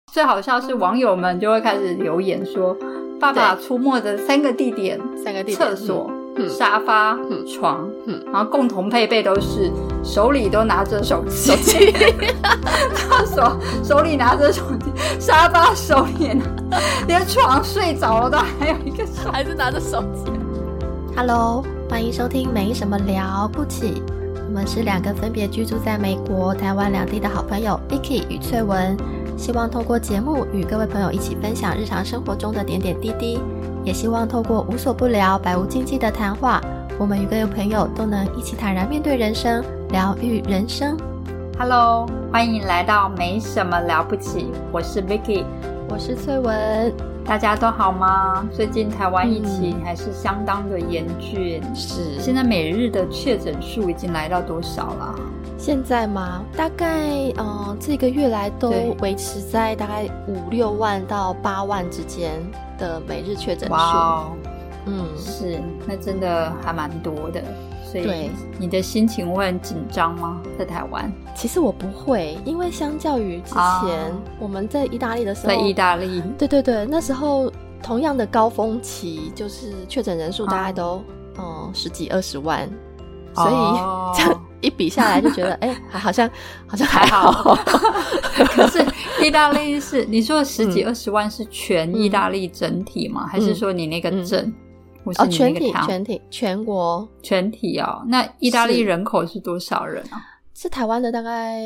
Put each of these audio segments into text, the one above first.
最好笑是网友们就会开始留言说，爸爸出没的3个地点，厕所、沙发、床，然后共同配备都是手里都拿着手机，厕所手里拿着手机，沙发手里连床睡着了都还有一个手， 还是拿着手机。Hello， 欢迎收听没什么了不起，我们是2个分别居住在美国、台湾2地的好朋友 Vicky 与翠文，希望透过节目与各位朋友一起分享日常生活中的点点滴滴，也希望透过无所不聊、百无禁忌的谈话，我们与各位朋友都能一起坦然面对人生，疗愈人生。 Hello， 欢迎来到没什么了不起，我是 Vicky， 我是翠文。 大家都好吗？最近台湾疫情还是相当的严峻， 是。 现在每日的确诊数已经来到多少了？ 现在吗？大概这个月来都维持在大概5-6万到8万之间的每日确诊数。 哇哦，是，那真的还蛮多的。所以你的心情会很紧张吗？在台湾？ 其实我不会，因为相较于之前我们在意大利的时候， 在意大利， 对，那时候同样的高峰期，就是确诊人数大概都10几20万，所以这样一比下来就觉得好像还好。 可是意大利是你说的10几20万是全意大利整体吗？还是说你那个镇？ 全国全体哦。那意大利人口是多少人啊？ 是台湾的大概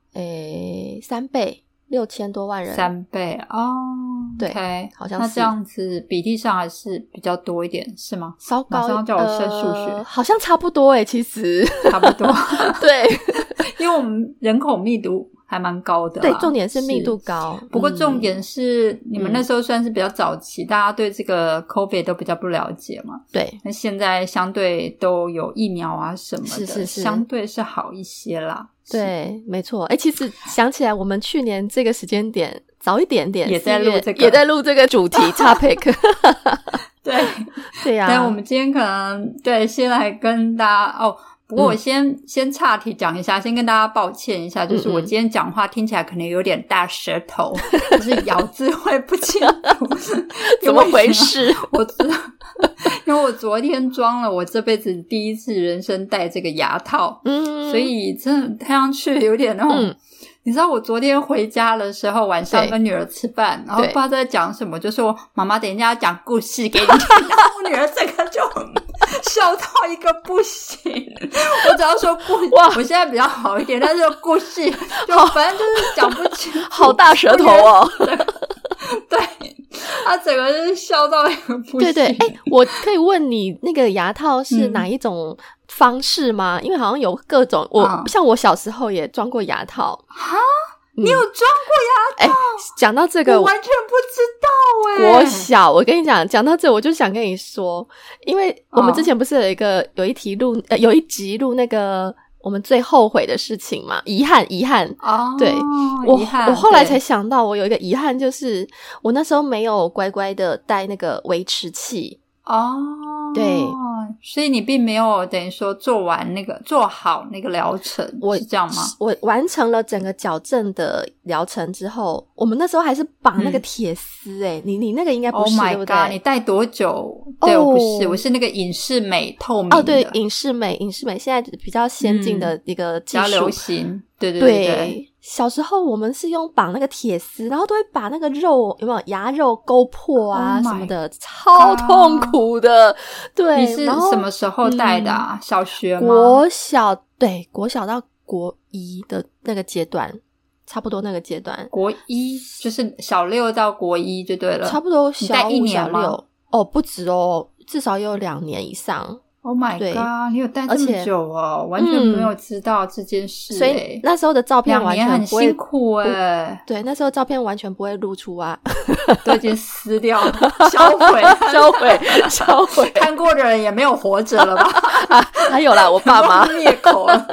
3倍，6000多万人。 3倍哦， 对， okay， 好像是。 那这样子比例上还是比较多一点，是吗？ 稍高， 马上叫我算数学， 好像差不多其实差不多。 对， 因为我们人口密度还蛮高的， 对，重点是密度高。 不过重点是你们那时候算是比较早期，大家对这个 COVID 都比较不了解嘛。 对， 那现在相对都有疫苗啊什么的， 是相对是好一些啦。 对，没错。其实想起来，我们去年这个时间点早一点点也在录这个， 也在录这个主题 topic。对呀。 但我们今天可能先来跟大家不过我先岔题讲一下，先跟大家抱歉一下，就是我今天讲话听起来可能有点大舌头，就是咬字会不清楚。 怎么回事？ 我知道，因为我昨天装了我这辈子第一次人生戴这个牙套，所以真的看上去有点那种。你知道我昨天回家的时候，晚上跟女儿吃饭，然后不知道在讲什么，就说妈妈等一下要讲故事给你听，然后我女儿整个就笑到一个不行。我只要说故事，我现在比较好一点，但是故事就反正就是讲不清楚， 好大舌头哦。 对，他整个就是笑到一个不行。 对，我可以问你那个牙套是哪一种方式吗？因为好像有各种，像我小时候也装过牙套。 哈？你有装过牙套？ 讲到这个我完全不知道国小，我跟你讲到这我就想跟你说，因为我们之前不是有一集录那个我们最后悔的事情嘛，遗憾对，我后来才想到，我有一个遗憾，就是我那时候没有乖乖的带那个维持器。对， 所以你并没有等于说做好那个疗程，是这样吗？ 我完成了整个矫正的疗程之后，我们那时候还是绑那个铁丝你那个应该不是， Oh my 对不对？ God， 你戴多久？对，我不是，我是那个隐适美透明的。 对，隐适美现在比较先进的一个技术， 比较流行。对， 小时候我们是用绑那个铁丝，然后都会把那个肉有没有牙肉勾破啊什么的，超痛苦的。对， 你是什么时候戴的啊？小学吗？ 国小到国1的那个阶段，差不多那个阶段。 国1就是小6到国1就对了， 差不多小5小6。不止至少有2年以上。 Oh my god， 你有戴这么久完全没有知道这件事所以那时候的照片完全不会， 很辛苦对，那时候照片完全不会露出啊， 都已经撕掉了，销毁，看过的人也没有活着了吧？ 还有啦，我爸妈灭口了。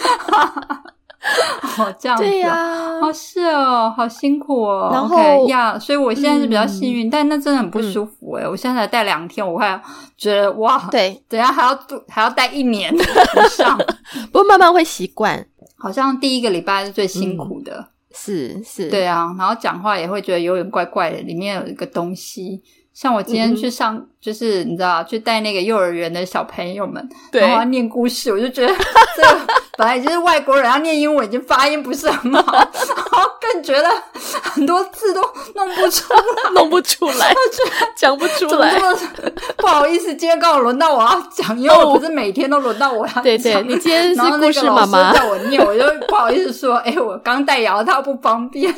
这样子对呀， 是好辛苦然后所以我现在是比较幸运，但那真的很不舒服我现在才戴2天，我快觉得哇， 对， 等一下还要戴1年以上。 不过慢慢会习惯， 好像第1个礼拜是最辛苦的。 是， 对啊，然后讲话也会觉得有点怪怪的，里面有一个东西。像我今天去上就是你知道去带那个幼儿园的小朋友们，然后要念故事，我就觉得这个本来就是外国人要念英文已经发音不是很好，然后更觉得很多字都弄不出来讲不出来， 不好意思，今天刚好轮到我要讲，因为我不是每天都轮到我要讲。 对，你今天是故事妈妈， 然后那个老师叫我念，我就不好意思说我刚戴牙套不方便。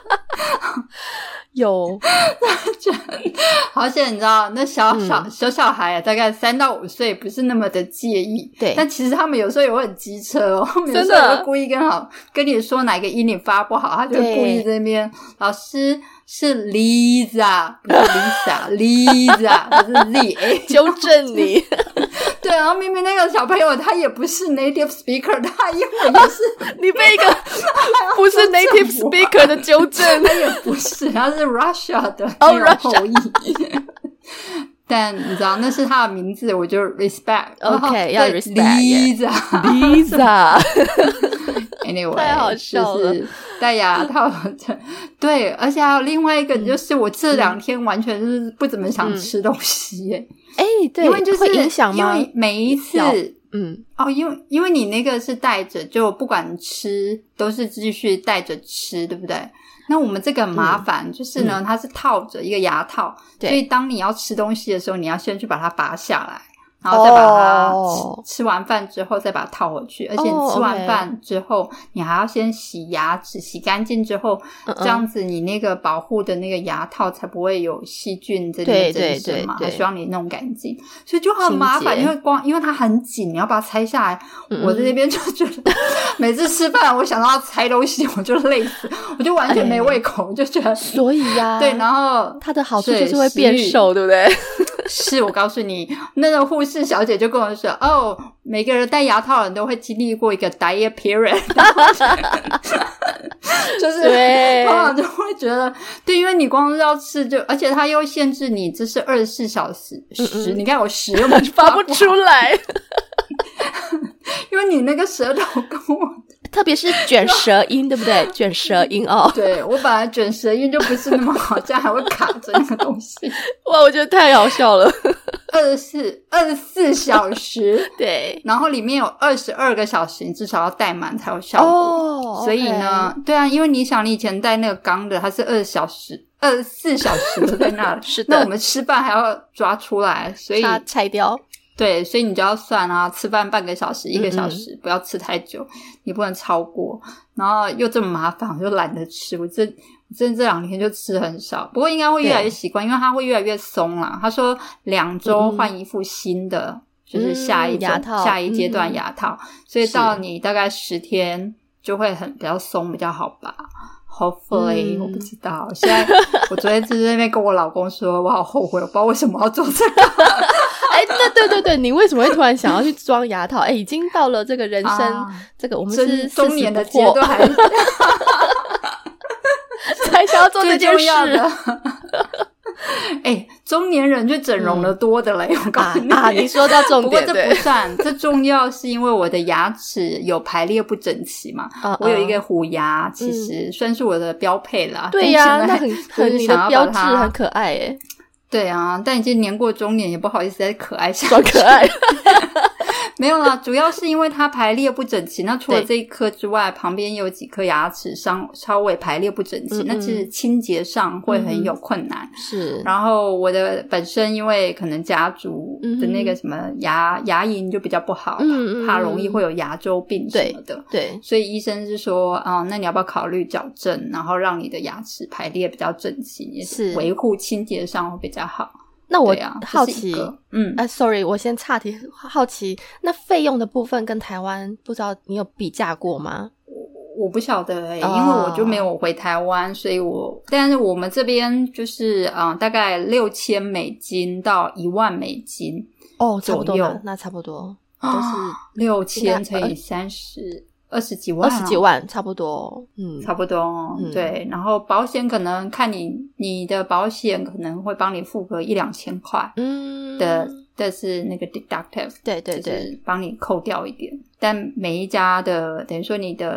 有而且你知道那小孩大概3到5岁不是那么的介意， 对， 但其实他们有时候也会很机车哦，他们有时候也会故意跟你说哪个音你发不好，他就会故意在那边老师是 Lisa 不是 Lisa 不是 Z 纠正你对，然后明明那个小朋友他也不是 native speaker， 他英文也是你被一个不是 native speaker 的纠正他也不是，他是 Russia 的那种后裔但你知道那是他的名字，我就 respect OK 要 respect Lisa Anyway 太好笑了， 就是戴牙套对，而且还有另外一个就是我这2天完全就是不怎么想吃东西耶对， 因为就是会影响吗？ 因为每一次因为你那个是带着，就不管吃都是继续带着吃，对不对？那我们这个很麻烦就是呢它是套着一个牙套，所以当你要吃东西的时候，你要先去把它拔下来，然后再把它吃完饭之后再把它套回去，而且你吃完饭之后你还要先洗牙齿，洗干净之后这样子你那个保护的那个牙套才不会有细菌在里面增生嘛，还希望你弄干净，所以就很麻烦，因为它很紧，你要把它拆下来我在那边就觉得每次吃饭我想到要拆东西我就累死，我就完全没胃口，我就觉得所以对， 然后它的好处就是会变瘦，对不对？ 是，我告诉你，那个护士小姐就跟我说每个人戴牙套的人都会经历过一个 diet period 就是通常就会觉得对，因为你光是要吃而且它又限制你这是24小时你看我10又没发不出来因为你那个舌头跟我特别是卷舌音对不对？卷舌音对，我本来卷舌音就不是那么好，这样还会卡着那个东西哇，我觉得太好笑了24小时对，然后里面有22个小时你至少要戴满才有效果所以呢对啊，因为你想你以前戴那个钢的它是24小时都在那里是的， 那我们吃饭还要抓出来，所以拆掉对，所以你就要算吃饭半个小时1个小时不要吃太久，你不能超过，然后又这么麻烦我就懒得吃，我这2天就吃很少，不过应该会越来越习惯，因为它会越来越松啦，他说2周换一副新的就是下一阶段牙套所以到你大概10天就会比较松比较好吧Hopefully 我不知道，现在我昨天在那边跟我老公说我好后悔，我不知道为什么要做这个对，你为什么会突然想要去装牙套已经到了这个人生这个我们是中年的阶段还才想要做这件事的中年人去整容的多的嘞我告诉你你说到重点， 不过这不算这重要是因为我的牙齿有排列不整齐嘛我有一个虎牙其实算是我的标配啦对呀那很你的标志很可爱耶对啊，但已经年过中年也不好意思再可爱下去装可爱没有啦，主要是因为它排列不整齐，那除了这一颗之外旁边有几颗牙齿稍微排列不整齐那其实清洁上会很有困难是， 然后我的本身因为可能家族的那个什么牙龈就比较不好怕容易会有牙周病什么的对， 所以医生是说那你要不要考虑矫正，然后让你的牙齿排列比较整齐，也是维护清洁上会比较好。 那我好奇sorry 我先岔题，好奇那费用的部分跟台湾不知道你有比价过吗？ 我不晓得因为我就没有回台湾所以但是我们这边就是大概$6000到$10000 差不多那差不多都是 6000乘以20几万 20几万差不多差不多对，然后保险可能看你的保险可能会帮你付个1-2千块的是那个 deductive 对就是帮你扣掉一点，但每一家的等于说你的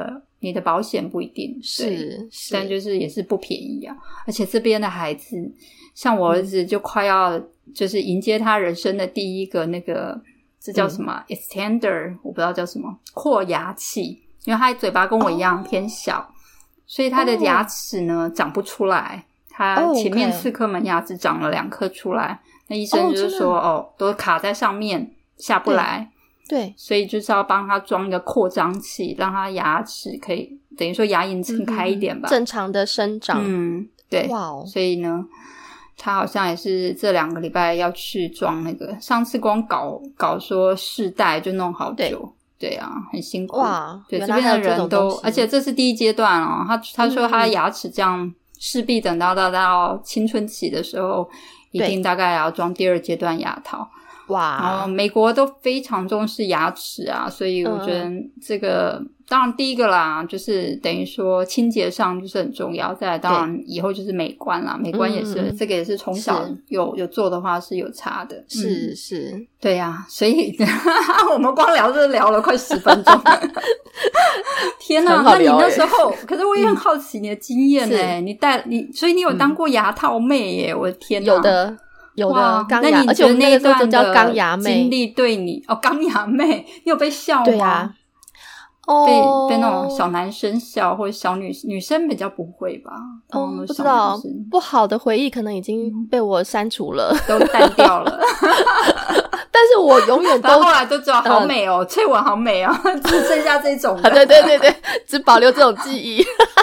你的保险不一定是， 但就是也是不便宜啊。而且这边的孩子，像我儿子就快要就是迎接他人生的第一个那个，这叫什么extender， 我不知道叫什么，扩牙器，因为他嘴巴跟我一样偏小，所以他的牙齿呢长不出来，他前面4颗门牙齿长了2颗出来，那医生就是说都卡在上面下不来， 对， 所以就是要帮他装一个扩张器，让他牙齿可以等于说牙龈撑开一点吧， 正常的生长。 对， 哇所以呢他好像也是这2个礼拜要去装那个，上次光搞说试戴就弄好久，对啊，很辛苦。 哇， 对，这边的人都，而且这是第1阶段哦，他说他的牙齿这样势必等到青春期的时候一定大概要装第2阶段牙套。 哇， 然后美国都非常重视牙齿啊，所以我觉得这个当然第一个啦，就是等于说清洁上就是很重要，再来当然以后就是美观啦，美观也是这个也是从小有做的话是有差的， 是对啊，所以我们光聊这聊了快10分钟天哪，那你那时候可是我也很好奇你的经验所以你有当过牙套妹耶，我的天哪， 有的钢牙，而且我们那个时候就叫钢牙妹。 经历对你钢牙妹，你有被笑吗？ 对啊， 被那种小男生笑，或者小女生比较不会吧？ 不知道，不好的回忆可能已经被我删除了， 都淡掉了。 但是我永远都后来都知道好美哦，翠文好美哦，只剩下这种的。 对，只保留这种记忆。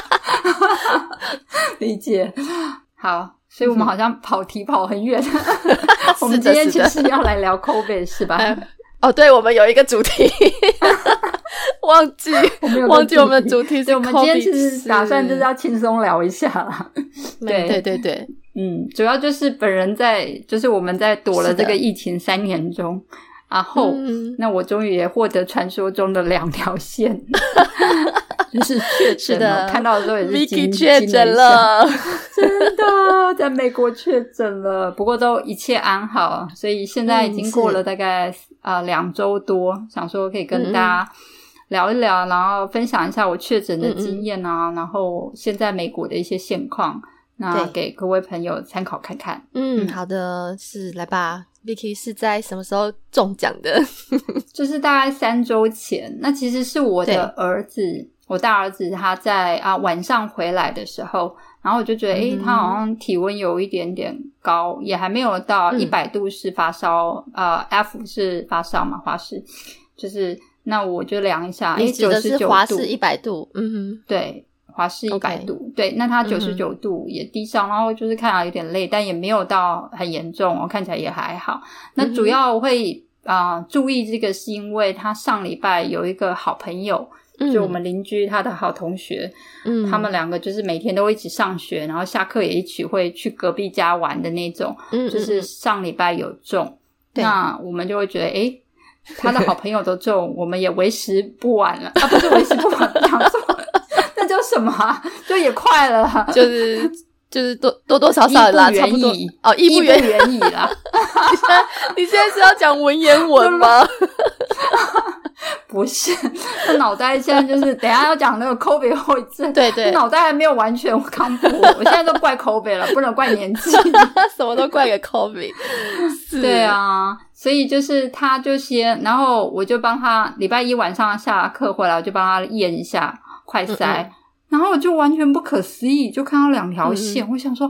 理解，好。所以我们好像跑题跑很远我们今天其实要来聊 COVID 是吧？ 对，我们有一个主题忘记我们的主题是 COVID。 我们今天其实打算就是要轻松聊一下啦。 对主要就是本人就是我们在躲了这个疫情3年中，然后那我终于也获得传说中的2条线就是确诊了，看到的时候也是 Vicky 确诊了， 真的在美国确诊了，不过都一切安好，所以现在已经过了大概2周多，想说可以跟大家聊一聊，然后分享一下我确诊的经验啊，然后现在美国的一些现况，那给各位朋友参考看看。 好的，是来吧。Vicky 是在什么时候中奖的？ 就是大概3周前，那其实是我的儿子，我大儿子他在晚上回来的时候，然后我就觉得他好像体温有一点点高，也还没有到100度是发烧F 是发烧嘛，华氏就是那我就量一下， 你指的是华氏100度， 对，华氏100度，对，那他99度也低烧，然后就是看起来有点累，但也没有到很严重看起来也还好。那主要会注意这个是因为他上礼拜有一个好朋友，就我们邻居他的好同学，他们2个就是每天都一起上学，然后下课也一起会去隔壁家玩的那种，就是上礼拜有中，那我们就会觉得他的好朋友都中我们也为时不晚了不是为时不晚讲错那叫什么就也快了就是多少少啦，差不多义不远矣啦你现在是要讲文言文吗？ 不是，他脑袋现在就是等一下要讲那个 COVID 后遗症，对，脑袋还没有完全康复我现在都怪 COVID 了，不能怪年纪什么都怪给 COVID 对啊，所以就是他就先，然后我就帮他礼拜1晚上下课回来，我就帮他验一下快筛，然后我就完全不可思议，就看到2条线，我想说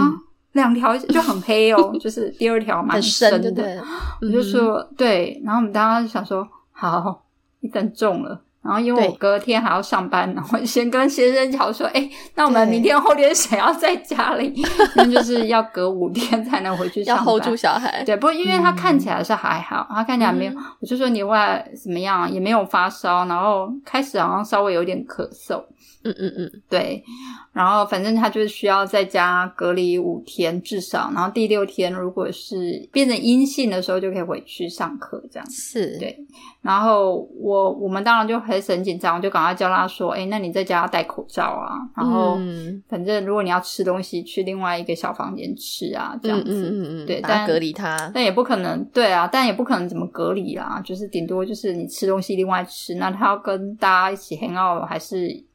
2条就很黑就是第2条蛮深的， 对， 我就说对，然后我们大家就想说好，一等中了，然后因为我隔天还要上班，然后先跟先生讲说那我们明天后天谁要在家里因为就是要隔5天才能回去上班， 要 hold 住小孩， 对，不过因为他看起来是还好，他看起来没有我就说你外怎么样，也没有发烧，然后开始好像稍微有点咳嗽，对，然后反正他就是需要在家隔离5天至少，然后第6天如果是变成阴性的时候就可以回去上课这样， 是， 对，然后我们当然就还是很紧张，我就赶快叫他说那你在家要戴口罩啊，然后反正如果你要吃东西去另外一个小房间吃啊这样子，对，但隔离他， 但也不可能，对啊，但也不可能怎么隔离啦，就是顶多就是你吃东西另外吃，那他要跟大家一起 hang out 还是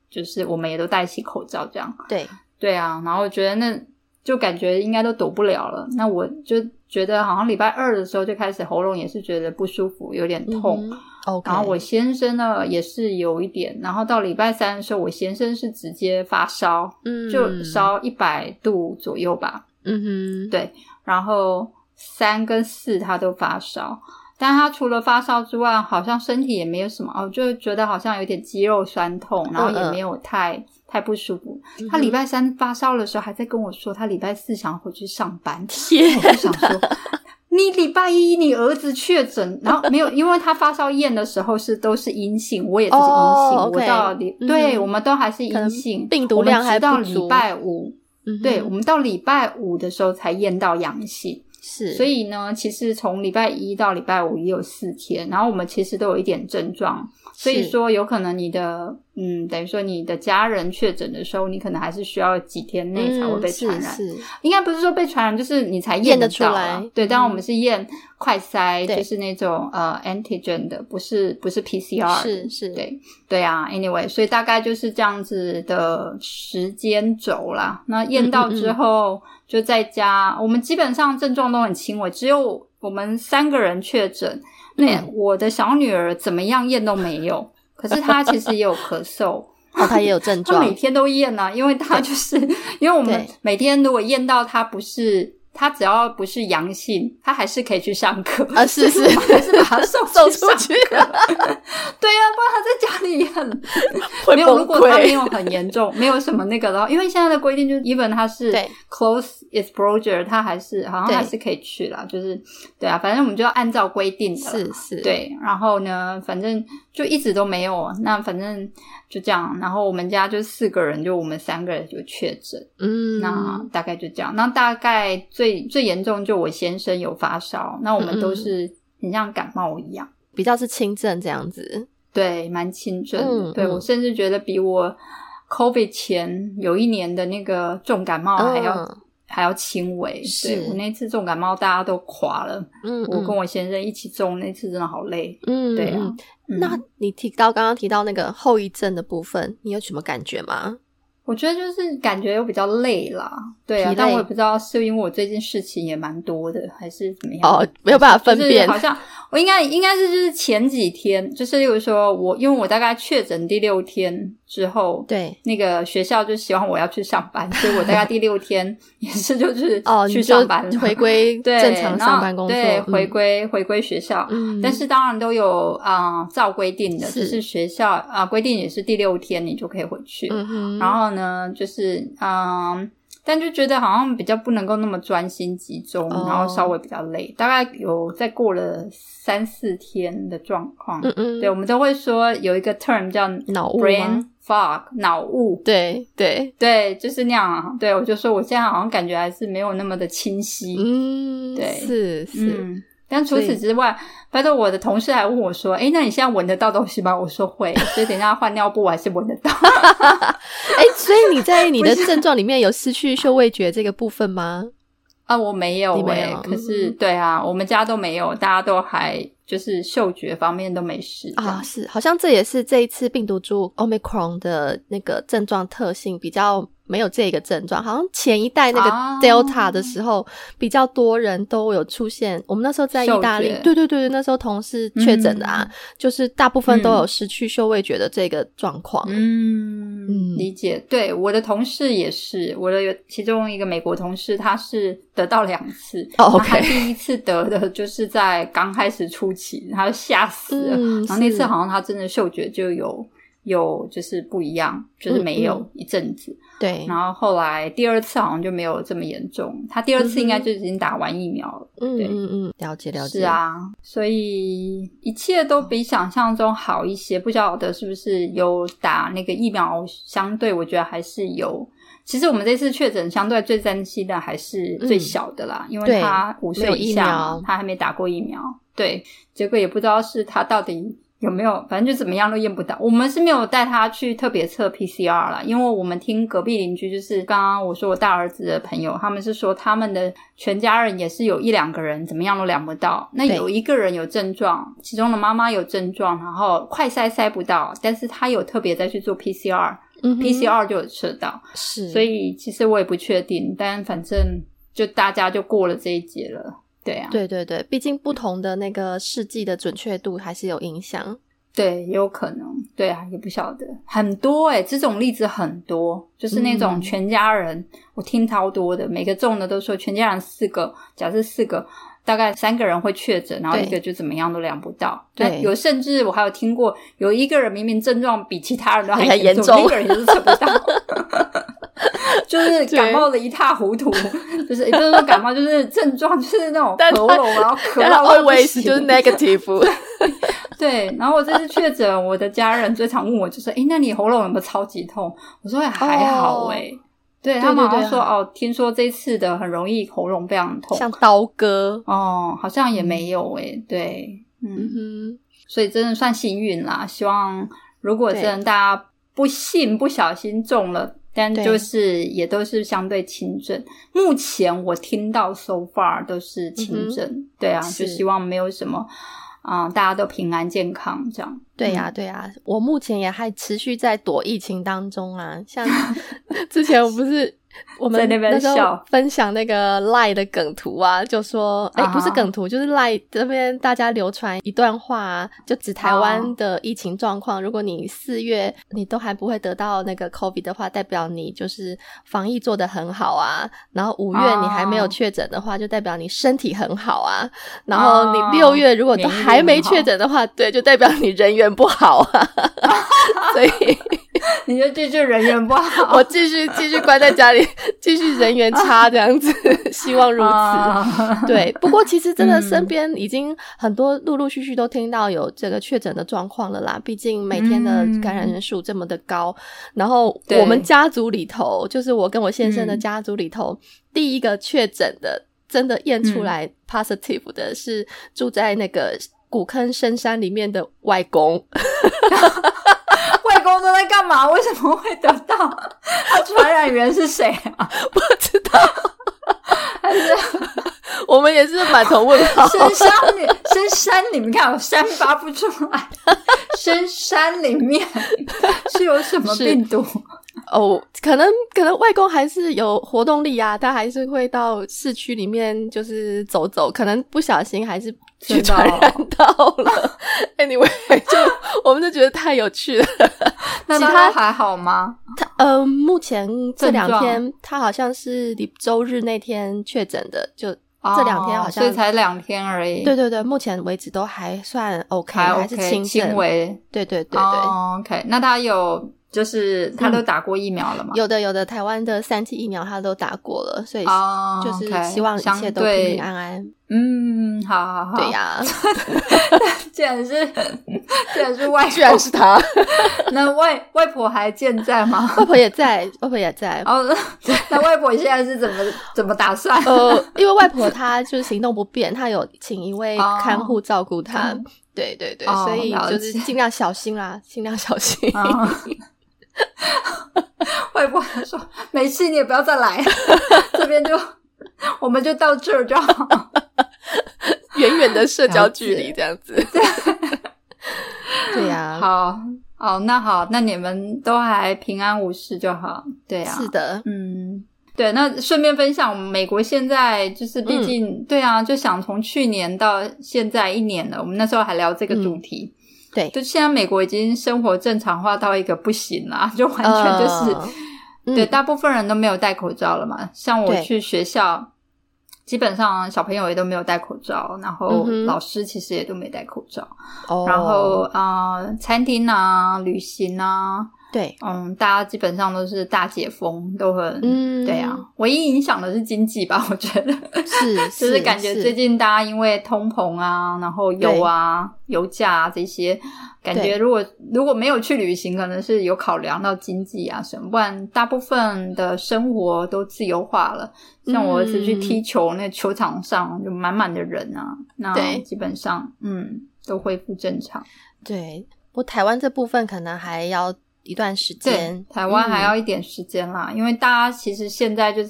就是我们也都戴起口罩这样。 对啊，然后我觉得那就感觉应该都躲不了了。那我就觉得好像礼拜2的时候就开始喉咙也是觉得不舒服，有点痛。 Okay. 然后我先生呢也是有一点，然后到礼拜3的时候我先生是直接发烧，就烧100度左右吧。对，然后3跟4他都发烧，但他除了发烧之外好像身体也没有什么就觉得好像有点肌肉酸痛，然后也没有太不舒服。他礼拜3发烧的时候还在跟我说他礼拜4想回去上班。 天哪， 我就想说你礼拜1你儿子确诊，然后没有，因为他发烧验的时候都是阴性，我也都是阴性。 okay. 我到对，我们都还是阴性， 病毒量还不足。 我们直到礼拜5对，我们到礼拜5的时候才验到阳性。 是， 所以呢其实从礼拜1到礼拜5也有4天，然后我们其实都有一点症状，所以说有可能你的等于说你的家人确诊的时候，你可能还是需要几天内才会被传染。 是应该不是说被传染，就是你才验得出来。 对，但我们是验快筛，就是那种antigen 的，不是 PCR。 是对啊 anyway， 所以大概就是这样子的时间轴啦。那验到之后就在家，我们基本上症状都很轻微，只有我们3个人确诊。那我的小女儿怎么样验都没有，可是她其实也有咳嗽。 她也有症状。 她每天都验啊，因为她就是因为我们每天如果验到她他只要不是阳性，他还是可以去上课啊，是还是把他送出去对啊，不然他在家里很没有，如果他没有很严重没有什么那个的话，因为现在的规定就是 even 他是 close exposure 他还是好像还是可以去啦，就是对啊，反正我们就要按照规定的是对，然后呢反正就一直都没有，那反正就这样，然后我们家就4个人，就我们3个人就确诊。那大概就这样。那大概最严重就我先生有发烧，那我们都是很像感冒一样， 比较是轻症这样子。 对，蛮轻症。对，我甚至觉得比我 COVID 前有1年的那个重感冒还要轻微。对，我那次重感冒大家都垮了。我跟我先生一起重，那次真的好累。对啊。 那你刚刚提到那个后遗症的部分，你有什么感觉吗？ 我觉得就是感觉又比较累啦，对啊，但我也不知道是因为我最近事情也蛮多的，还是怎么样。 没有办法分辨。 就是好像我应该是就是前几天，就是例如说因为我大概确诊第6天之后， 对， 那个学校就希望我要去上班，所以我大概第6天也是就是去上班了， 回归正常上班工作， 对，回归学校。但是当然都有照规定的，就是学校规定也是第6天你就可以回去。然后呢就是但就觉得好像比较不能够那么专心集中，然后稍微比较累，大概有再过了3-4天的状况。对，我们都会说有一个 term 叫脑雾 brain fog 脑雾。 对， 就是那样啊。对，我就说我现在好像感觉还是没有那么的清晰。对， 是但除此之外，拜托我的同事还问我说那你现在闻得到东西吗？我说会，所以等一下换尿布我还是闻得到。 所以你在你的症状里面有失去嗅味觉这个部分吗？ 我没有可是对啊，我们家都没有，大家都还就是嗅觉方面都没事是，好像这也是这一次病毒株 Omicron 的那个症状特性，比较没有这个症状，好像前一代那个 Delta 的时候比较多人都有出现。我们那时候在意大利，对，那时候同事确诊的就是大部分都有失去嗅味觉的这个状况。 理解。对，我的同事也是，我的其中一个美国同事他是得到2次。他第一次得的就是在刚开始初期，他就吓死了。然后那次好像他真的嗅觉就有就是不一样，就是没有一阵子。 对， 然后后来第2次好像就没有这么严重，他第2次应该就已经打完疫苗了。 了解。 是啊，所以一切都比想象中好一些。不晓得是不是有打那个疫苗，相对我觉得还是有。其实我们这次确诊相对最担心的还是最小的啦，因为他5岁以下，他还没打过疫苗。对，结果也不知道是他到底有没有，反正就怎么样都验不到。我们是没有带他去特别测 PCR 啦，因为我们听隔壁邻居，就是刚刚我说我大儿子的朋友，他们是说他们的全家人也是有1-2个人怎么样都量不到，那有一个人有症状，其中的妈妈有症状，然后快筛不到，但是他有特别再去做 PCR， PCR 就有测到， 是， 所以其实我也不确定，但反正就大家就过了这一节了。对啊， 对对对，毕竟不同的那个试剂的准确度还是有影响。 对，有可能，对啊，也不晓得，很多这种例子很多，就是那种全家人，我听超多的，每个中的都说全家人4个，假设4个，大概3个人会确诊，然后1个就怎么样都量不到。对，有甚至我还有听过，有1个人明明症状比其他人都还严重，那个人也是测不到。就是感冒的一塌糊涂，就是也就是说感冒就是症状就是那种喉咙然后咳到 always 就是 negative 对，然后我这次确诊，我的家人最常问我就是那你喉咙有没有超级痛？我说还好对，他们好像说听说这次的很容易喉咙非常痛， 像刀割好像也没有对，所以真的算幸运啦。希望如果真的大家不幸不小心中了，但就是也都是相对轻症，目前我听到 so far 都是轻症，对啊，就希望没有什么大家都平安健康这样。 对呀对呀，我目前也还持续在躲疫情当中啊，像之前我们那时候分享那个 LINE 的梗图啊，就说不是梗图，就是 LINE 这边大家流传一段话啊，就指台湾的疫情状况，如果你4月你都还不会得到那个 COVID 的话，代表你就是防疫做得很好啊，然后5月你还没有确诊的话，就代表你身体很好啊，然后你6月如果都还没确诊的话，对，就代表你人缘不好啊所以你就继续人缘不好， 我继续关在家里，继续人缘差这样子希望如此对，不过其实真的身边已经很多陆陆续续都听到有这个确诊的状况了啦，毕竟每天的感染人数这么的高，然后我们家族里头，就是我跟我先生的家族里头，第一个确诊的真的验出来 positive 的是住在那个古坑深山里面的外公外公都在干嘛？为什么会得到？他传染源是谁啊？ 不知道还是我们也是满头问号。 深山里面看山发不出来深山里面是有什么病毒？ 可能外公还是有活动力啊，他还是会到市区里面就是走走，可能不小心还是去传染到了anyway 我们就觉得太有趣了那他还好吗？ 目前这2天他好像是周日那天确诊的，就这2天好像， 所以才2天而已。 对对对，目前为止都还算 OK， 还是轻微。 对对对对 OK， 那他有就是他都打过疫苗了吗？ 有的，台湾的3剂疫苗他都打过了，所以就是希望一切都平平安安。 好， 对呀竟然是外婆， 居然是他那外婆还健在吗？ 外婆也在那外婆现在是怎么打算？ 因为外婆她就是行动不便，她有请一位看护照顾她，对对对，所以就是尽量小心啦，尽量小心外婆说没事，你也不要再来这边我们就到这儿就好远远的社交距离这样子对呀那你们都还平安无事就好。对啊， 是的， 对，那顺便分享，我们美国现在就是毕竟对啊，就想从去年到现在1年了，我们那时候还聊这个主题对， 就现在美国已经生活正常化到一个不行啦，就完全就是对，大部分人都没有戴口罩了嘛，像我去学校基本上小朋友也都没有戴口罩，然后老师其实也都没戴口罩然后餐厅啊旅行啊对大家基本上都是大解封，都很对啊，唯一影响的是经济吧，我觉得就是感觉最近大家因为通膨啊，然后油价啊这些，感觉如果没有去旅行，可能是有考量到经济啊什么，不然大部分的生活都自由化了。像我儿子去踢球，那球场上就满满的人啊，那基本上都恢复正常。 对，不过台湾这部分可能还要一段时间， 对，台湾还要一点时间啦，因为大家其实现在就是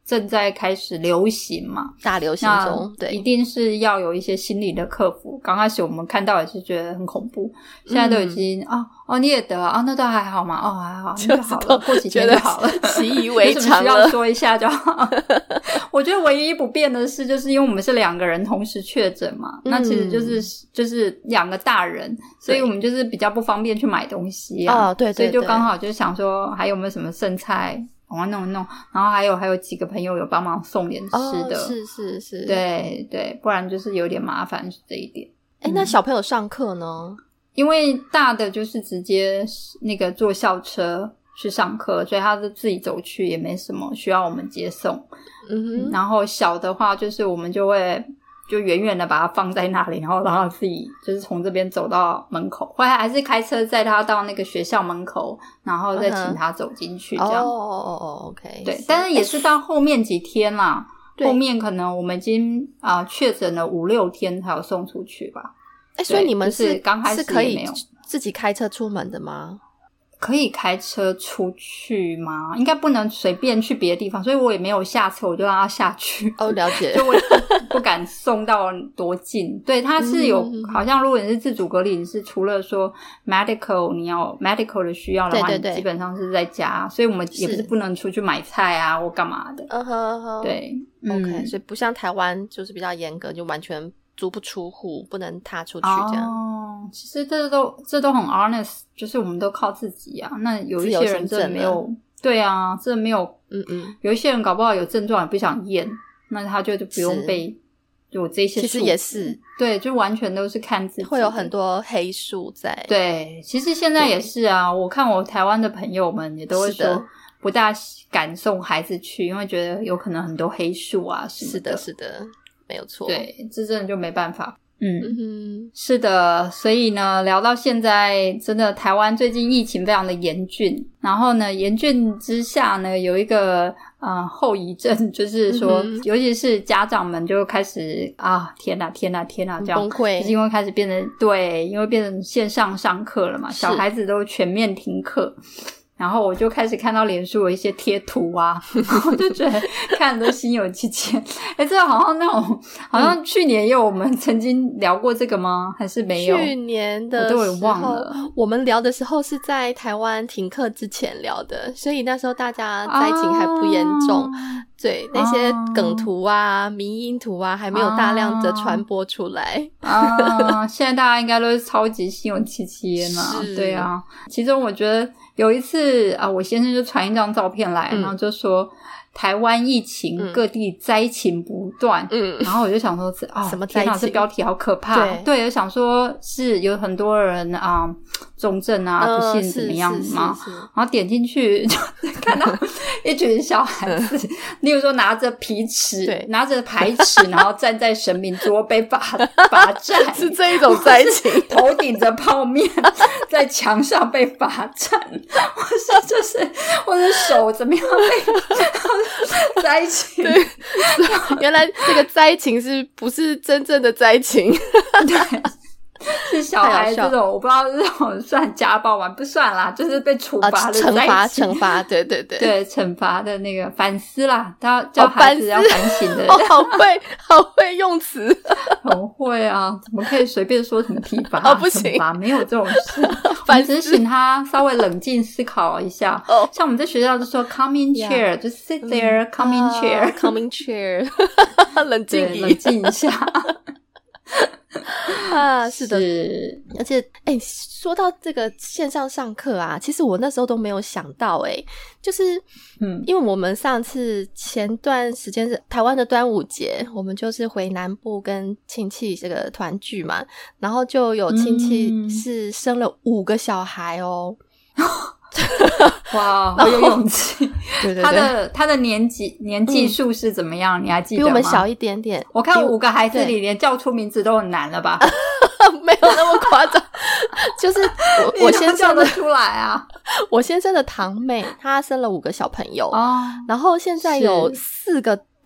正在开始流行嘛， 大流行中，对， 一定是要有一些心理的克服。刚开始我们看到也是觉得很恐怖，现在都已经你也得那都还好嘛，还好，那就好了，过几天就好了， 习以为常了， 有什么需要说一下就好。我觉得唯一不变的是，就是因为我们是2个人同时确诊嘛，那其实就是2个大人，所以我们就是比较不方便去买东西啊，对，所以就刚好就想说还有没有什么剩菜往外弄一弄，然后还有几个朋友有帮忙送点吃的， 是， 对，不然就是有点麻烦是这一点。 那小朋友上课呢？ 因为大的就是直接那个坐校车去上课，所以他是自己走去，也没什么需要我们接送。然后小的话就是我们就会就远远的把它放在那里，然后让他自己就是从这边走到门口，后来还是开车载他到那个学校门口，然后再请他走进去这样。 OK。 对，但是也是到后面几天啦，后面可能我们已经确诊了5-6天才有送出去吧。 所以你们是刚开始可以自己开车出门的吗？ 可以开车出去吗？应该不能随便去别的地方，所以我也没有下车，我就让他下去。 了解。 就我不敢送到多近。对，他是有好像如果你是自主隔离，你是除了说 medical 你要 medical 的需要的话， 对， 你基本上是在家，所以我们也不是不能出去买菜啊或干嘛的。对 ，OK，所以不像台湾就是比较严格，就完全足不出户，不能踏出去这样。 其实这都很 honest， 就是我们都靠自己啊。那有一些人真的没有，对啊，真的没有，有一些人搞不好有症状也不想验，那他就不用被有这些。 其实也是， 对，就完全都是看自己， 会有很多黑数在。 对，其实现在也是啊。我看我台湾的朋友们也都会说，不大敢送孩子去，因为觉得有可能很多黑数啊什么的。 是的。没有错， 对，这真的就没办法。是的，所以呢，聊到现在，真的台湾最近疫情非常的严峻，然后呢，严峻之下呢，有一个后遗症，就是说，尤其是家长们就开始天哪这样崩溃， 就是因为开始变成因为变成线上上课了嘛，小孩子都全面停课。然后我就开始看到脸书有一些贴图啊，然后就觉得看得都心有戚戚。这好像那种，好像去年也有我们曾经聊过这个吗？还是没有？ 去年的时候我都有忘了。 我们聊的时候是在台湾停课之前聊的，所以那时候大家灾情还不严重。对，那些梗图啊、迷因图啊，还没有大量的传播出来。 现在大家应该都是超级心有戚戚嘛。对啊，其中我觉得有一次我先生就传一张照片来，然后就说台湾疫情各地灾情不断，然后我就想说什么灾情？ 天哪，这标题好可怕。对，我想说是有很多人重症不幸怎么样嘛，然后点进去就看到一群小孩子，例如说拿着皮尺，拿着牌尺，然后站在神明桌被罚站， 是这一种灾情， 头顶着泡面在墙上被罚站。我说这是我的手怎么样被灾情？ 对，原来这个灾情是不是真正的灾情？ 对。是小孩这种，我不知道这种算家暴吗？不算啦，就是被处罚的惩罚，对， 惩罚的那个反思啦，他叫孩子要反省的。 好会用词， 很会啊！怎么可以随便说什么体罚？ 不行， 惩罚没有这种事。我们只是请他稍微冷静思考一下。像我们在学校就说 come in chair， 就 sit there come in chair，come in chair， 冷静一下。 是的，而且说到这个线上上课啊，其实我那时候都没有想到就是因为我们上次前段时间是台湾的端午节，我们就是回南部跟亲戚这个团聚嘛，然后就有亲戚是生了5个小孩哦。 哇，好有勇气！ 对， 他的年纪数是怎么样？你还记得吗？ 比我们小一点点。 我看5个孩子里，连叫出名字都很难了吧？ 没有那么夸张，就是我先生叫得出来啊！ 我先生的堂妹，她生了5个小朋友然后现在有4个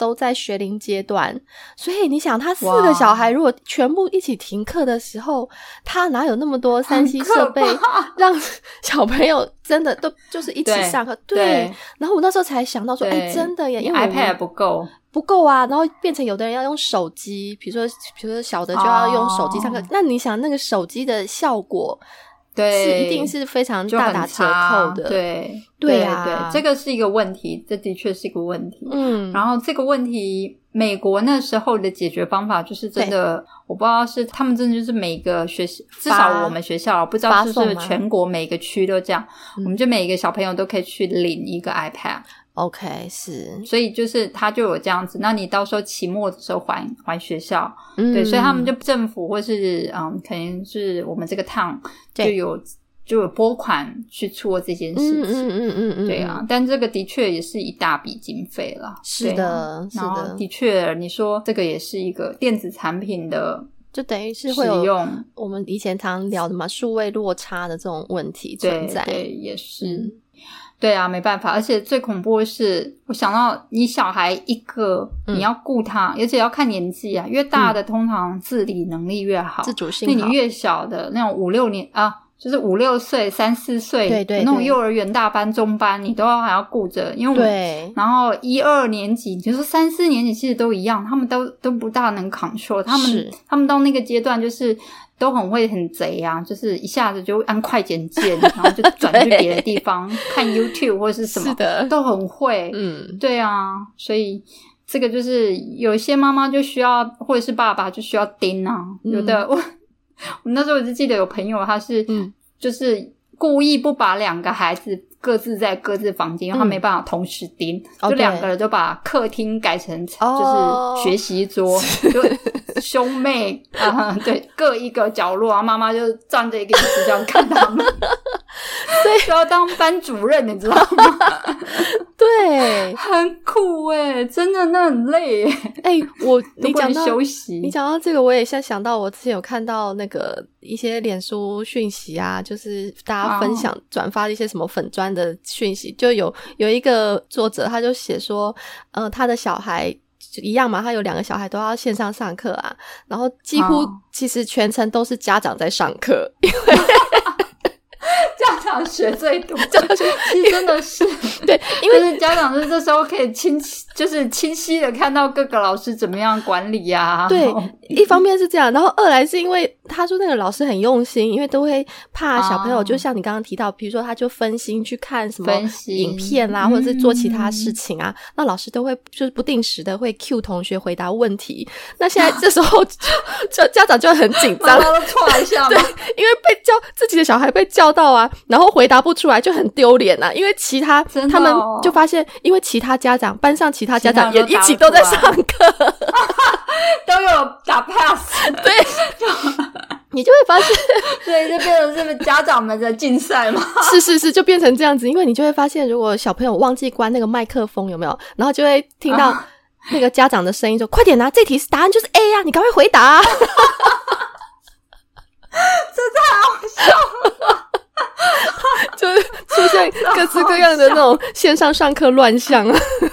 都在学龄阶段，所以你想他4个小孩如果全部一起停课的时候，他哪有那么多 3C 设备让小朋友真的都就是一起上课。 对，然后我那时候才想到说真的耶，因为 iPad 不够啊，然后变成有的人要用手机，比如说小的就要用手机上课，那你想那个手机的效果是一定是非常大打折扣的。对啊， 这个是一个问题，这的确是一个问题。然后这个问题美国那时候的解决方法就是真的，我不知道是他们真的就是每个学校，至少我们学校不知道是不是全国每个区都这样，我们就每一个小朋友都可以去领一个 iPad。OK， 是， 所以就是他就有这样子，那你到时候期末的时候还学校。对，所以他们就政府或是可能是我们这个 town 就有拨款去做这件事情。对啊，但这个的确也是一大笔经费啦。 是的，是的， 的确你说这个也是一个电子产品的， 就等于是会有我们以前常聊的嘛，数位落差的这种问题存在。 对，也是。对啊，没办法，而且最恐怖的是，我想到你小孩一个，你要顾他，而且要看年纪啊，越大的通常自理能力越好， 自主性好。 那你越小的那种5、6年啊，就是5、6岁、3、4岁， 对， 那种幼儿园大班、中班，你都还要顾着，因为对， 然后1、2年级，就是说3、4年级其实都一样，他们都不大能 control， 他们到那个阶段就是都很贼啊，就是一下子就按快捷键，然后就转去别的地方看 YouTube 或是什么， 是的， 都很会。对啊，所以这个就是有些妈妈就需要，或者是爸爸就需要盯啊。有的我那时候我就记得有朋友他是就是故意不把2个孩子各自在各自房间，因为他没办法同时盯，就2个人就把客厅改成就是学习桌，就兄妹对，各一个角落，然后妈妈就站着一个椅子这样看他们，所以需要当班主任，你知道吗？ 对， 很酷耶，真的那很累耶。 你讲到休息， 你讲到这个，我也想到我之前有看到那个一些脸书讯息啊，就是大家分享转发一些什么粉专的讯息，就有一个作者他就写说他的小孩一样嘛，他有2个小孩都要线上上课啊，然后几乎其实全程都是家长在上课，因为家长学最多，真的是对，因为家长是这时候可以清晰的看到各个老师怎么样管理啊。 对，一方面是这样，然后2来是因为他说那个老师很用心，因为都会怕小朋友就像你刚刚提到，比如说他就分心去看什么影片啦，或者是做其他事情啊，那老师都会就是不定时的会 cue 同学回答问题。那现在这时候家长就很紧张， 妈妈都唰一下吗？ 对，因为自己的小孩被叫到啊，然后回答不出来就很丢脸啊，因为他们就发现，因为班上其他家长也一起都在上课都有打 pass， 对，你就会发现所以就变成是家长们的竞赛嘛。 是就变成这样子，因为你就会发现如果小朋友忘记关那个麦克风有没有，然后就会听到那个家长的声音说快点啊，这题答案就是 A 啊，你赶快回答啊。 这太好笑了。 就是出现各式各样的那种线上上课乱象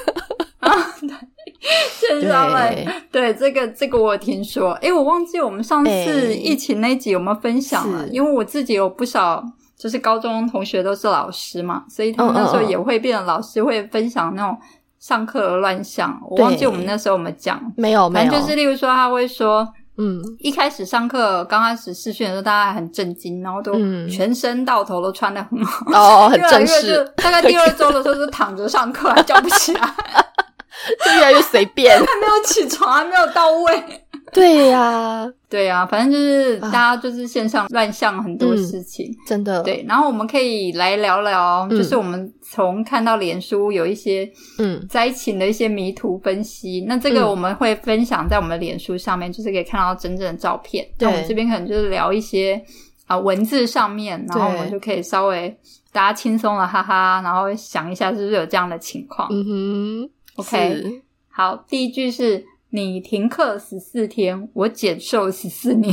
线上对这个我有听说。我忘记我们上次疫情那集有没有分享了，因为我自己有不少就是高中同学都是老师嘛，所以他们那时候也会变成老师会分享那种上课的乱象。我忘记我们那时候有没有讲， 没有， 反正就是例如说他会说一开始上课刚开始视讯的时候大家还很震惊，然后都全身到头都穿得很好很正式， 就大概第2周的时候就躺着上课还叫不起来就越来越随便， 还没有起床，还没有到位。 对呀， 反正就是大家就是线上乱象很多事情， 真的。 对，然后我们可以来聊聊，就是我们从看到脸书有一些灾情的一些迷途分析，那这个我们会分享在我们的脸书上面，就是可以看到真正的照片。那我们这边可能就是聊一些文字上面，然后我们就可以稍微大家轻松了哈哈，然后想一下是不是有这样的情况。OK， 好，第一句是你停课14天，我减寿14年。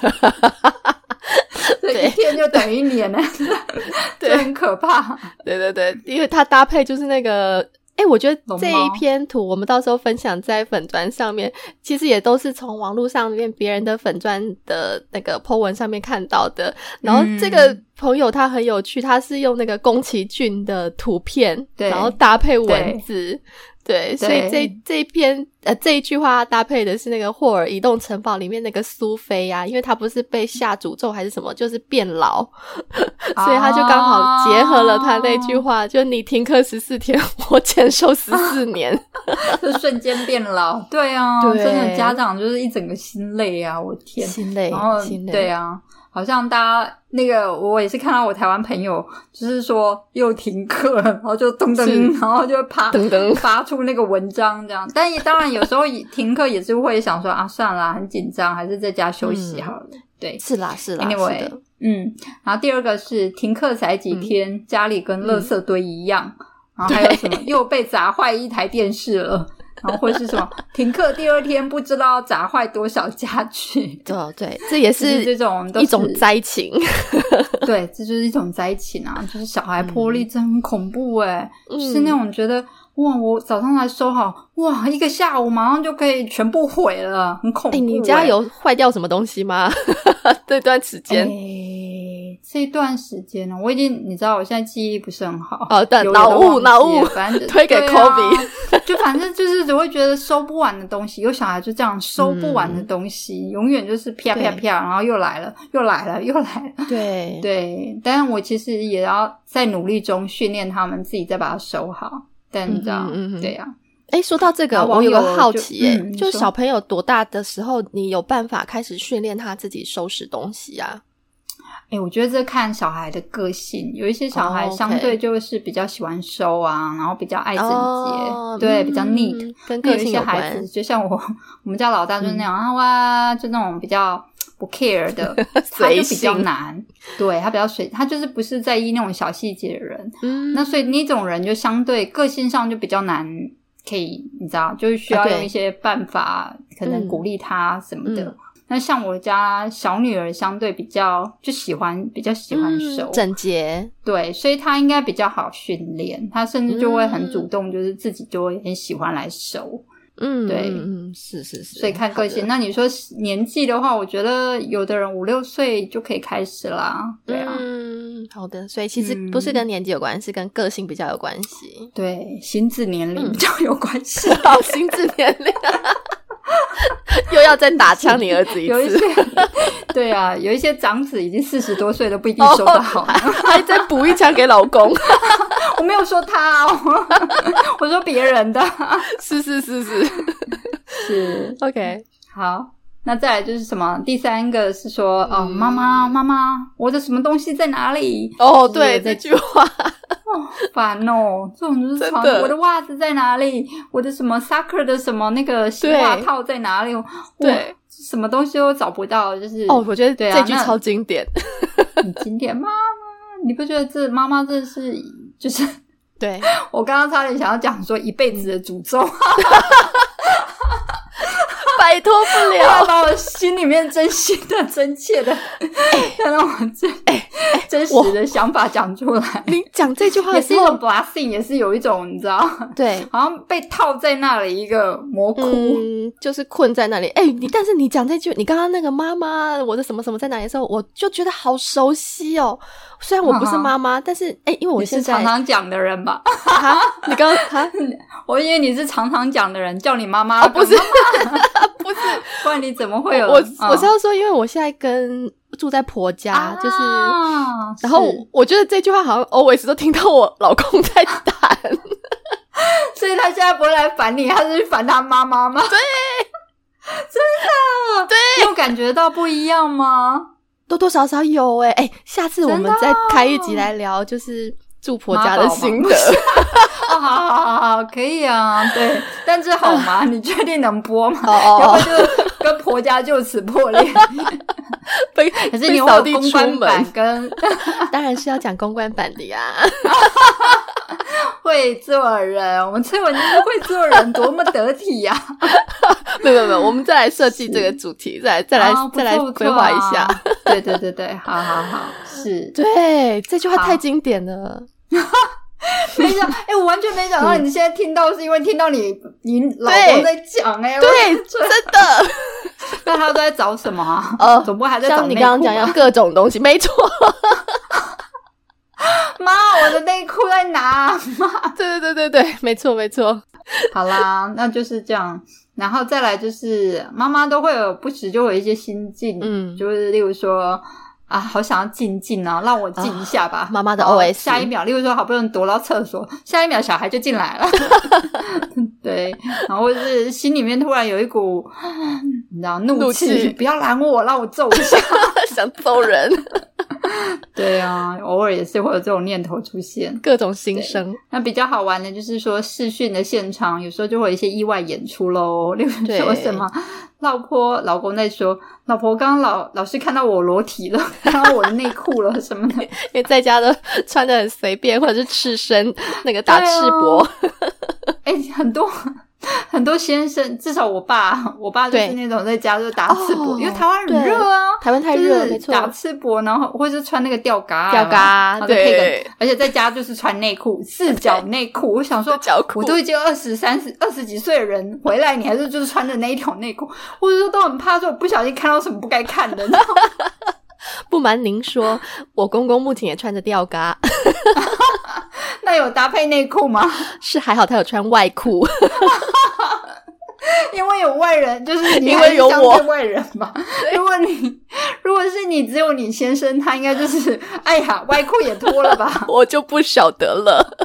所以1天就等于1年了，这很可怕。 对，因为它搭配就是那个我觉得这一篇图我们到时候分享在粉专上面，其实也都是从网络上面别人的粉专的那个 po 文上面看到的。然后这个朋友他很有趣，他是用那个宫崎骏的图片，然后搭配文字。对，所以这一篇这一句话搭配的是那个霍尔移动城堡里面那个苏菲啊，因为他不是被下诅咒还是什么，就是变老所以他就刚好结合了他那句话，就你停课14天我减寿14年就瞬间变老。对啊，真的家长就是一整个心累啊，我天， 心累， 然后对啊，好像大家那个我也是看到我台湾朋友就是说又停课了，然后就噔噔，然后就发出那个文章这样。但也当然有时候停课也是会想说啊，算了，很紧张，还是在家休息好了。对， 是啦 anyway， 是的。 然后第二个是停课才几天，家里跟垃圾堆一样。然后还有什么又被砸坏一台电视了。然后或是什么停课第2天不知道砸坏多少家具。 对，这也是这种一种灾情对，这就是一种灾情啊，就是小孩魄力真很恐怖就是那种觉得哇，我早上来收好，哇，一个下午马上就可以全部毁了，很恐怖你家有坏掉什么东西吗这段时间这段时间呢，我已经你知道我现在记忆力不是很好对，脑雾反正推给 Kobe 就反正就是只会觉得收不完的东西，有小孩就这样收不完的东西永远就是啪啪啪，然后又来了。对，但是我其实也要在努力中训练他们自己再把它收好，但你知道对啊。 说到这个我有个好奇就小朋友多大的时候你有办法开始训练他自己收拾东西啊？ 我觉得这看小孩的个性，有一些小孩相对就是比较喜欢收啊，然后比较爱整洁对，比较 neat， 跟个性有关。 有一些孩子就像我们家老大就是那样哇，就那种比较不 care 的他就比较难对，他比较他就是不是在意那种小细节的人那所以那种人就相对个性上就比较难可以你知道就是需要用一些办法可能鼓励他什么的那像我家小女儿相对比较比较喜欢收整洁对，所以她应该比较好训练，她甚至就会很主动就是自己就会很喜欢来收对是所以看个性那你说年纪的话我觉得有的人5-6岁就可以开始啦对啊好的，所以其实不是跟年纪有关是跟个性比较有关系对，心智年龄比较有关系心智年龄又要再打枪你儿子一次有一些对啊，有一些长子已经40多岁都不一定收得好还再补一枪给老公我没有说他我说别人的是 OK 好那再来就是什么第3个是说妈妈我的什么东西在哪里对这句话烦这种就是我的袜子在哪里我的什么 soccer 的什么那个洗袜套在哪里对什么东西都找不到就是我觉得这句超经典很经典妈妈你不觉得这妈妈真的是就是对我刚刚差点想要讲说一辈子的诅咒摆脱不了， 我要把我心里面真心的真切的要让我真实的想法讲出来你讲这句话的时候也是一种 blessing 也是有一种你知道对好像被套在那里一个魔窟就是困在那里但是你讲这句你刚刚那个妈妈我的什么什么在哪里的时候我就觉得好熟悉虽然我不是妈妈但是因为我现在你是常常讲的人吧你刚刚我以为你是常常讲的人叫你妈妈不是不是不然你怎么会有我是要说因为我现在住在婆家就是然后我觉得这句话好像 always 都听到我老公在弹所以他现在不会来烦你他是烦他妈妈吗对真的对你有感觉到不一样吗多多少少有下次我们再开一集来聊就是住婆家的心得好可以啊对但这好吗你确定能播吗要不然就跟婆家就此破裂可是你会有公关版跟当然是要讲公关版的呀会做人我们翠文就是会做人多么得体呀没有我们再来设计这个主题再来规划一下对好是对这句话太经典了没想我完全没想到你现在听到是因为听到你老公在讲对，真的。 那他都在找什么啊？总不会还在找内裤吧？ 像你刚刚讲要各种东西，没错。 妈，我的内裤在哪？妈， 对，没错。 好啦，那就是这样。然后再来就是妈妈都会有不时就有一些心境，就是例如说啊，好想要静啊，让我静一下吧。 妈妈的 OS， 下一秒，例如说好不容易躲到厕所，下一秒小孩就进来了。对，然后或者是心里面突然有一股你知道怒气，不要拦我，让我揍一下， 想揍人。 对啊，偶尔也是会有这种念头出现， 各种心声。 那比较好玩的就是说视讯的现场有时候就会有一些意外演出咯，例如说什么老公在说老婆刚刚老师看到我裸体了，看到我的内裤了什么的。 因为在家都穿得很随便，或者是赤身那个打赤膊。 很多先生，至少我爸就是那种在家就打赤膊，因为台湾很热啊， 台湾太热，没错， 打赤膊，然后或者是穿那个吊嘎， 对， 而且在家就是穿内裤，四角内裤。我想说，我都已经20几岁的人回来，你还是就是穿着那一条内裤，或者说都很怕说我不小心看到什么不该看的。 不瞒您说，我公公目前也穿着吊嘎。 那有搭配内裤吗？ 是还好他有穿外裤。 因为有外人，就是你因为有我相对外人嘛。如果是你只有你先生，他应该就是哎呀外裤也脱了吧。 我就不晓得了。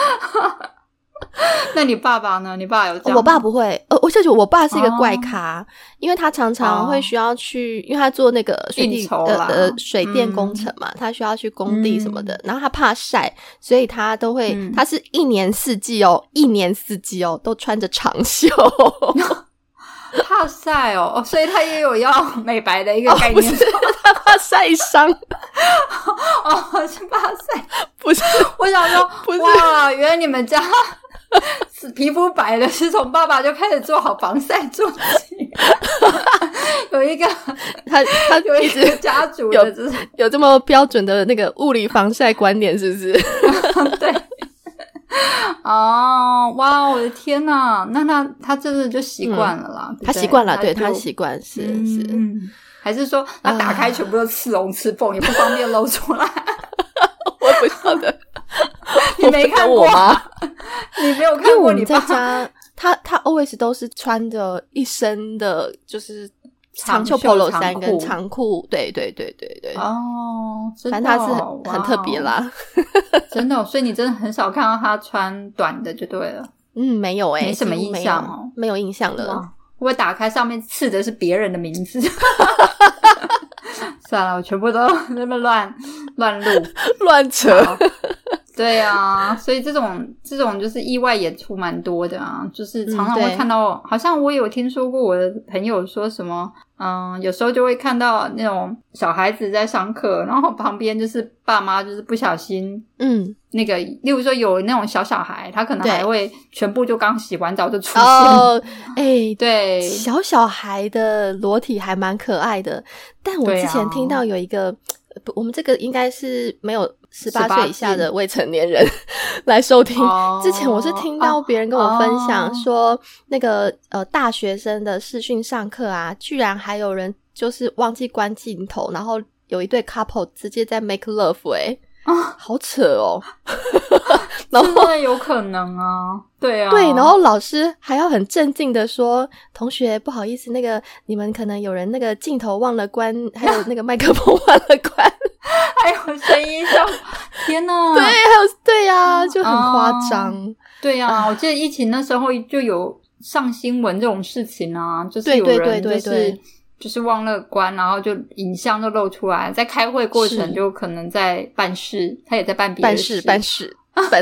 那你爸爸呢？你爸有这样吗？ 我爸不会，我就觉得我爸是一个怪咖，因为他常常会需要去，因为他做那个水电工程嘛，他需要去工地什么的，然后他怕晒，所以他都会，他是一年四季都穿着长袖。 怕晒哦，所以他也有要美白的一个概念。 不是，他怕晒伤。 是怕晒， 不是。 我想说， 不是， 哇，原来你们家皮肤白的是从爸爸就开始做好防晒做起。有一个他有一个家族的有这么标准的那个物理防晒观念，是不是？ 对。哦，哇，我的天哪！那他真的就习惯了啦， 他习惯了，对，他习惯是。 还是说他打开全部都刺龙刺凤，也不方便露出来？ 我不晓得。 你没看过吗？你没有看过？你在家，他 always 都是穿着一身的，就是长袖 polo 衫跟长裤，对。 哦， 反正他是很特别啦。 真的所以你真的很少看到他穿短的就对了。 没有没什么印象哦， 没有印象了。 会不会打开上面刺的是别人的名字？算了，我全部都那么乱录乱扯。 对啊，所以这种就是意外演出蛮多的啊，就是常常会看到，好像我有听说过我的朋友说什么，有时候就会看到那种小孩子在上课，然后旁边就是爸妈就是不小心，那个例如说有那种小孩，他可能还会全部就刚洗完澡就出现。对， 小孩的裸体还蛮可爱的，但我之前听到有一个。我们这个应该是没有18岁以下的未成年人来收听。之前我是听到别人跟我分享说，那个大学生的视讯上课啊，居然还有人就是忘记关镜头，然后有一对 couple 直接在 make love 好扯哦。然后真的有可能啊，对啊， 对，然后老师还要很镇静的说，同学不好意思，那个你们可能有人那个镜头忘了关，还有那个麦克风忘了关， 还有声音效果，天哪！ 对，对啊，就很夸张。 对啊，我记得疫情那时候就有上新闻这种事情啊，就是有人就是忘了关，然后就影像就露出来，在开会过程就可能在办事，他也在办别的事。办事。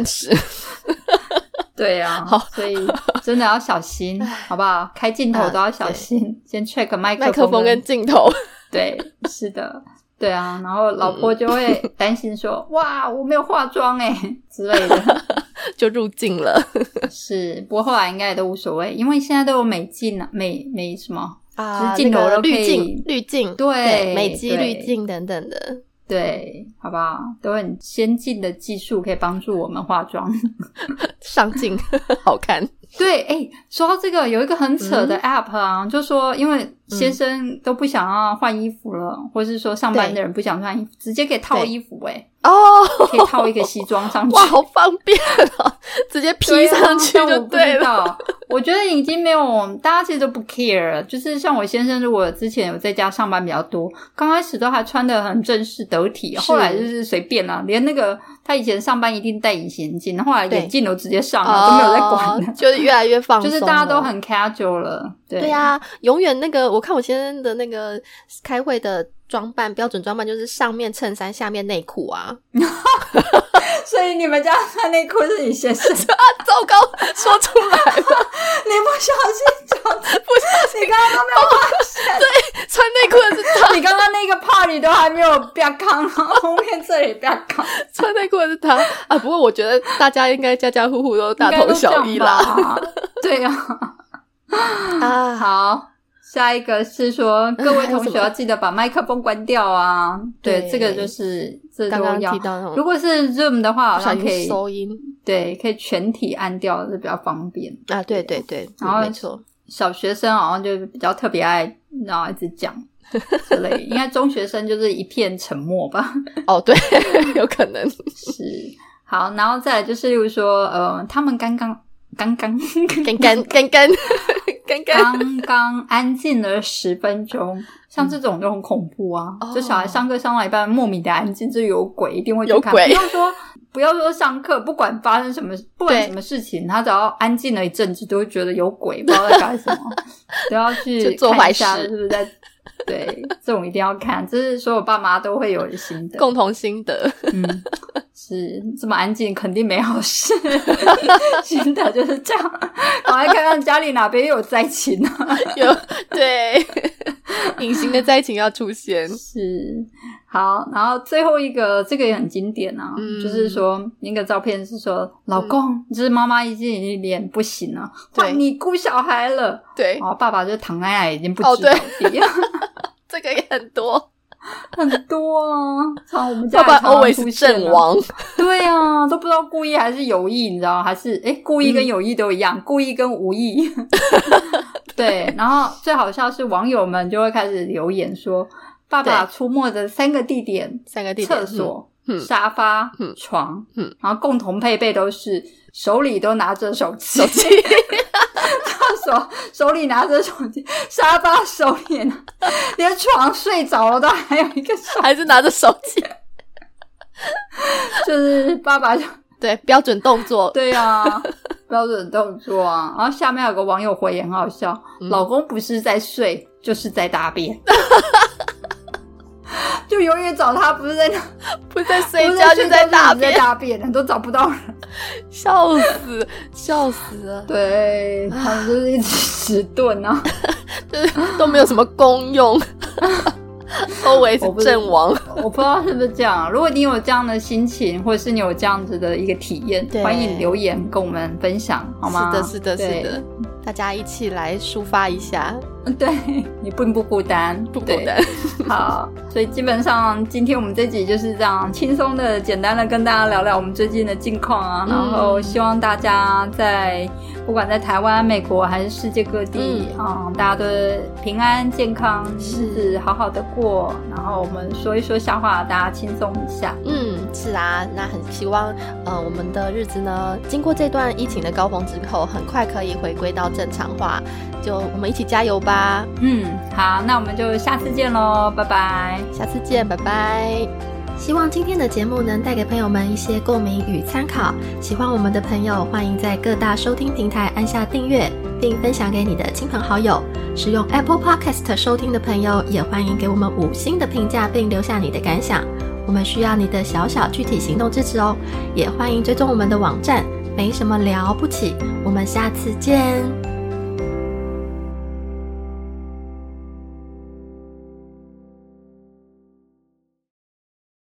对啊， 好， 所以真的要小心，好不好？开镜头都要小心，先 check 麦克风跟镜头。 对，是的，对啊，然后老婆就会担心说，哇，我没有化妆之类的， 就入镜了。 是，不过后来应该也都无所谓，因为现在都有美镜啊，美什么啊， 镜头都可以滤镜， 对， 美肌滤镜等等的。 对，好不好？都很先进的技术可以帮助我们化妆上镜好看。 对，说到这个，有一个很扯的 app 啊，就说因为先生都不想要换衣服了，或是说上班的人不想穿衣服，直接可以套衣服可以套一个西装上去。 哇，好方便哦，直接披上去就对了。 我觉得已经没有，大家其实都不 care 了。就是像我先生，如果之前有在家上班比较多，刚开始都还穿得很正式得体，后来就是随便啦，连那个他以前上班一定戴隐形眼镜，后来眼镜都直接上了，都没有在管了， 就是越来越放松了， 就是大家都很 casual 了。 对啊，永远那个我看我先生的那个开会的装扮，标准装扮就是上面衬衫下面内裤啊。 所以你们家穿内裤是你先生啊？糟糕，说出来了。 你不小心讲， 不小心， 你刚刚都没有发现。 对，穿内裤的是他。 你刚刚那个 party 都还没有变康，然后后面这里变康， 穿内裤的是他啊。不过我觉得大家应该家家户户都大同小异啦。 对啊，好。下一个是说各位同学要记得把麦克风关掉啊。对，这个就是这刚刚提到那种， 如果是 Zoom 的话好像可以收音， 对，可以全体按掉，是比较方便啊。对对对， 然后没错。 小学生好像就比较特别爱然后一直讲之类，应该中学生就是一片沉默吧。 哦对，有可能是。好，然后再来就是例如说他们刚刚安静了10分钟，像这种就很恐怖啊。就小孩上课上到一半莫名的安静，就有鬼，一定会去看。不要说上课，不管发生什么，不管什么事情，他只要安静了一阵子，都会觉得有鬼，不知道在干什么，都要去做坏事， 是不是在？对，这种一定要看，这是所有爸妈都会有的心得， 共同心得。 是这么安静，肯定没好事。心得就是这样，赶快看看家里哪边有灾情啊！ 有，对，隐形的灾情要出现。 是。好，然后最后一个这个也很经典啊，就是说那个照片是说老公，就是妈妈已经脸不行了，对，你顾小孩了， 对， 然后爸爸就躺在那里已经不知倒地。 这个也很多啊，我们家爸爸 always 阵亡。 对啊，都不知道故意还是有意，你知道，还是故意跟有意都一样，故意跟无意。对，然后最好笑是网友们就会开始留言说爸爸出没的3个地点，厕所、沙发、床，然后共同配备都是手里都拿着手机。厕所手里拿着手机，沙发手里拿，连床睡着了都还有一个手机， 还是拿着手机。 就是爸爸就对标准动作。 对啊，标准动作啊。然后下面有个网友回言很好笑，老公不是在睡就是在大便。就永远找他，不是在睡觉，就在大便，都找不到人， 笑死了。 对，他们就是一直迟钝啊， 就是都没有什么功用。always 阵亡。 我不知道是不是这样，如果你有这样的心情，或者是你有这样子的一个体验，欢迎留言跟我们分享好吗？ 是的，大家一起来抒发一下。 对，你不孤单， 不孤单。 好，所以基本上今天我们这集就是这样轻松的简单的跟大家聊聊我们最近的近况啊，然后希望大家在不管在台湾、美国还是世界各地大家都平安健康，日子好好的过，然后我们说一说笑话，大家轻松一下。 是啊，那很希望我们的日子呢，经过这段疫情的高峰之后，很快可以回归到正常化，就我们一起加油吧。 好，那我们就下次见咯，拜拜。 下次见，拜拜。希望今天的节目能带给朋友们一些共鸣与参考，喜欢我们的朋友欢迎在各大收听平台按下订阅，并分享给你的亲朋好友。使用 Apple Podcast 收听的朋友也欢迎给我们5星的评价，并留下你的感想，我们需要你的小小具体行动支持哦。也欢迎追踪我们的网站没什么了不起，我们下次见。